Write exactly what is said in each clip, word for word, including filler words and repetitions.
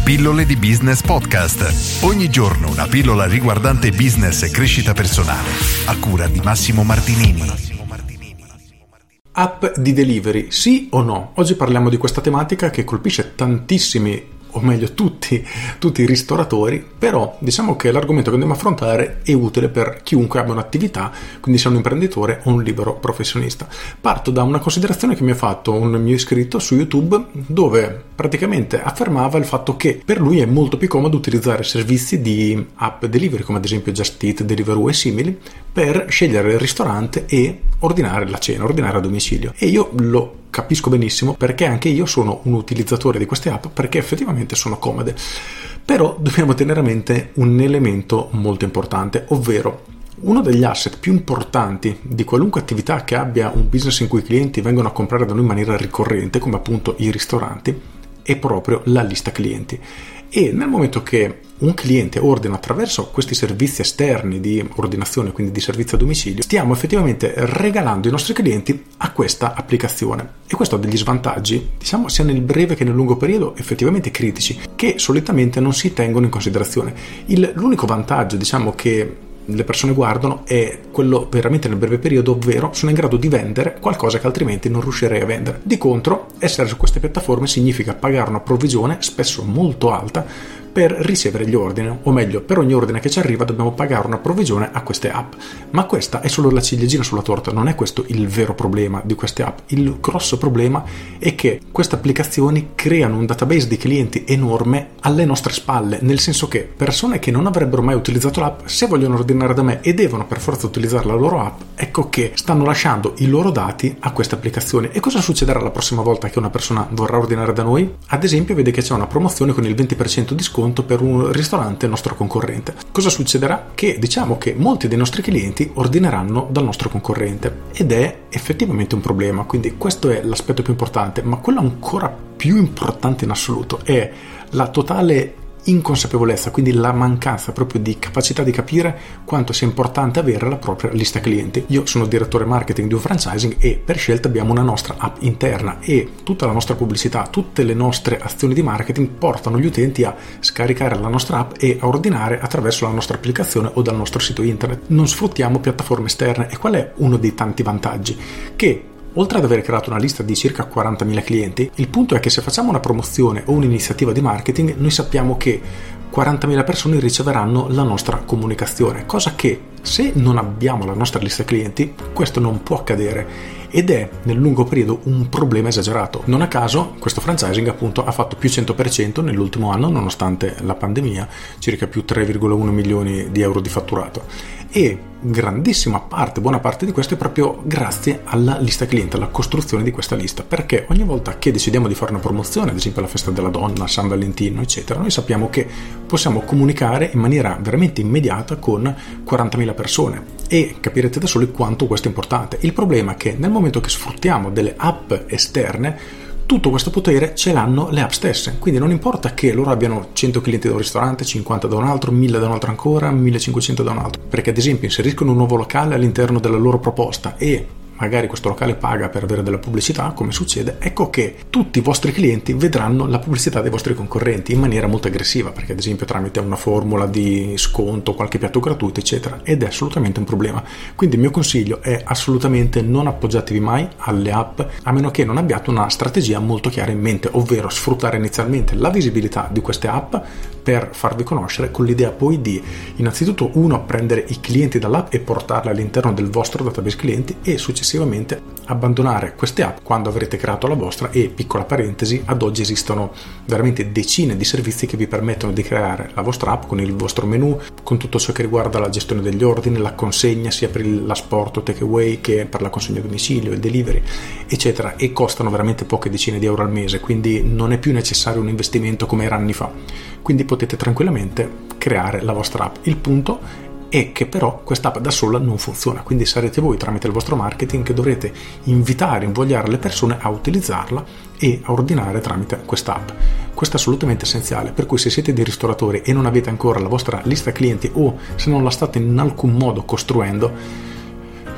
Pillole di Business Podcast. Ogni giorno una pillola riguardante business e crescita personale. A cura di Massimo Martinini. App di delivery, sì o no? Oggi parliamo di questa tematica che colpisce tantissimi, o meglio tutti, tutti i ristoratori, però diciamo che l'argomento che andiamo a affrontare è utile per chiunque abbia un'attività, quindi sia un imprenditore o un libero professionista. Parto da una considerazione che mi ha fatto un mio iscritto su YouTube, dove praticamente affermava il fatto che per lui è molto più comodo utilizzare servizi di app delivery, come ad esempio Just Eat, Deliveroo e simili, per scegliere il ristorante e ordinare la cena, ordinare a domicilio. E io lo capisco benissimo, perché anche io sono un utilizzatore di queste app, perché effettivamente sono comode. Però dobbiamo tenere a mente un elemento molto importante, ovvero uno degli asset più importanti di qualunque attività che abbia un business in cui i clienti vengono a comprare da noi in maniera ricorrente, come appunto i ristoranti, è proprio la lista clienti. E nel momento che un cliente ordina attraverso questi servizi esterni di ordinazione, quindi di servizio a domicilio, stiamo effettivamente regalando i nostri clienti a questa applicazione. E questo ha degli svantaggi, diciamo, sia nel breve che nel lungo periodo, effettivamente critici, che solitamente non si tengono in considerazione. Il, l'unico vantaggio, diciamo, che le persone guardano è quello veramente nel breve periodo, ovvero sono in grado di vendere qualcosa che altrimenti non riuscirei a vendere. Di contro, essere su queste piattaforme significa pagare una provvigione spesso molto alta per ricevere gli ordini, o meglio, per ogni ordine che ci arriva dobbiamo pagare una provvigione a queste app. Ma questa è solo la ciliegina sulla torta, non è questo il vero problema di queste app. Il grosso problema è che queste applicazioni creano un database di clienti enorme alle nostre spalle, nel senso che persone che non avrebbero mai utilizzato l'app, se vogliono ordinare da me e devono per forza utilizzare la loro app, ecco che stanno lasciando i loro dati a queste applicazioni. E cosa succederà la prossima volta che una persona vorrà ordinare da noi? Ad esempio, vede che c'è una promozione con il venti per cento di sconto per un ristorante nostro concorrente. Cosa succederà? Che diciamo che molti dei nostri clienti ordineranno dal nostro concorrente, ed è effettivamente un problema. Quindi questo è l'aspetto più importante, ma quello ancora più importante in assoluto è la totale inconsapevolezza, quindi la mancanza proprio di capacità di capire quanto sia importante avere la propria lista clienti. Io sono direttore marketing di un franchising e per scelta abbiamo una nostra app interna, e tutta la nostra pubblicità, tutte le nostre azioni di marketing portano gli utenti a scaricare la nostra app e a ordinare attraverso la nostra applicazione o dal nostro sito internet. Non sfruttiamo piattaforme esterne. E qual è uno dei tanti vantaggi? Che oltre ad aver creato una lista di circa quarantamila clienti, il punto è che se facciamo una promozione o un'iniziativa di marketing, noi sappiamo che quarantamila persone riceveranno la nostra comunicazione, cosa che se non abbiamo la nostra lista clienti, questo non può accadere. Ed è nel lungo periodo un problema esagerato. Non a caso questo franchising appunto ha fatto più cento per cento nell'ultimo anno, nonostante la pandemia, circa più tre virgola uno milioni di euro di fatturato. E grandissima parte, buona parte di questo è proprio grazie alla lista cliente, alla costruzione di questa lista, perché ogni volta che decidiamo di fare una promozione, ad esempio la festa della donna, San Valentino eccetera, noi sappiamo che possiamo comunicare in maniera veramente immediata con quarantamila persone, e capirete da soli quanto questo è importante. Il problema è che nel momento che sfruttiamo delle app esterne, tutto questo potere ce l'hanno le app stesse, quindi non importa che loro abbiano cento clienti da un ristorante, cinquanta da un altro, mille da un altro ancora, millecinquecento da un altro, perché ad esempio inseriscono un nuovo locale all'interno della loro proposta e magari questo locale paga per avere della pubblicità, come succede, ecco che tutti i vostri clienti vedranno la pubblicità dei vostri concorrenti in maniera molto aggressiva, perché ad esempio tramite una formula di sconto, qualche piatto gratuito eccetera, ed è assolutamente un problema. Quindi il mio consiglio è assolutamente non appoggiatevi mai alle app, a meno che non abbiate una strategia molto chiara in mente, ovvero sfruttare inizialmente la visibilità di queste app per farvi conoscere, con l'idea poi di innanzitutto uno prendere i clienti dall'app e portarli all'interno del vostro database clienti, e successivamente abbandonare queste app quando avrete creato la vostra. E piccola parentesi, ad oggi esistono veramente decine di servizi che vi permettono di creare la vostra app con il vostro menu, con tutto ciò che riguarda la gestione degli ordini, la consegna sia per l'asporto takeaway che per la consegna a domicilio, il delivery eccetera, e costano veramente poche decine di euro al mese, quindi non è più necessario un investimento come era anni fa, quindi potete tranquillamente creare la vostra app. Il punto è che però quest'app da sola non funziona, quindi sarete voi tramite il vostro marketing che dovrete invitare, invogliare le persone a utilizzarla e a ordinare tramite quest'app. Questo è assolutamente essenziale, per cui se siete dei ristoratori e non avete ancora la vostra lista clienti, o se non la state in alcun modo costruendo,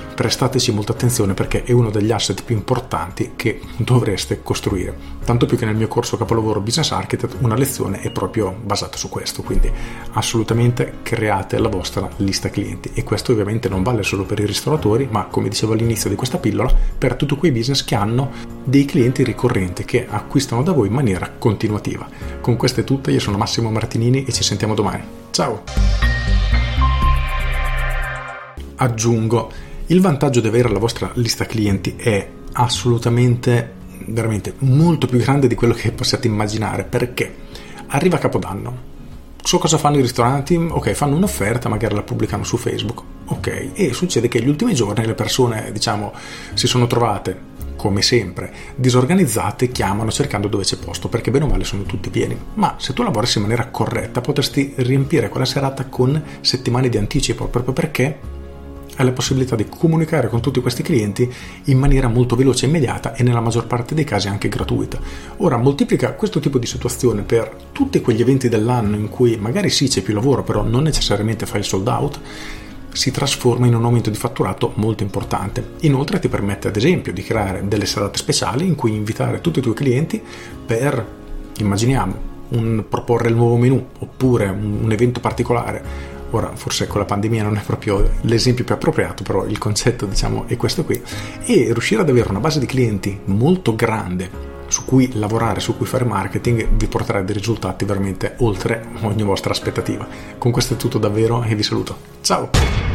prestateci molta attenzione perché è uno degli asset più importanti che dovreste costruire. Tanto più che nel mio corso capolavoro Business Architect una lezione è proprio basata su questo, quindi assolutamente create la vostra lista clienti, e questo ovviamente non vale solo per i ristoratori, ma come dicevo all'inizio di questa pillola, per tutti quei business che hanno dei clienti ricorrenti che acquistano da voi in maniera continuativa. Con questo è tutto, io sono Massimo Martinini e ci sentiamo domani. Ciao! Aggiungo, il vantaggio di avere la vostra lista clienti è assolutamente, veramente molto più grande di quello che possiate immaginare, perché arriva Capodanno. So cosa fanno i ristoranti? Ok, fanno un'offerta, magari la pubblicano su Facebook, ok, e succede che gli ultimi giorni le persone, diciamo, si sono trovate, come sempre, disorganizzate, chiamano cercando dove c'è posto, perché bene o male sono tutti pieni. Ma se tu lavorissi in maniera corretta potresti riempire quella serata con settimane di anticipo, proprio perché hai la possibilità di comunicare con tutti questi clienti in maniera molto veloce e immediata, e nella maggior parte dei casi anche gratuita. Ora moltiplica questo tipo di situazione per tutti quegli eventi dell'anno in cui magari sì c'è più lavoro, però non necessariamente fai il sold out, si trasforma in un aumento di fatturato molto importante. Inoltre ti permette ad esempio di creare delle serate speciali in cui invitare tutti i tuoi clienti per, immaginiamo, un, proporre il nuovo menù oppure un, un evento particolare. Ora forse con la pandemia non è proprio l'esempio più appropriato, però il concetto, diciamo, è questo qui, e riuscire ad avere una base di clienti molto grande su cui lavorare, su cui fare marketing, vi porterà dei risultati veramente oltre ogni vostra aspettativa. Con questo è tutto davvero e vi saluto. Ciao!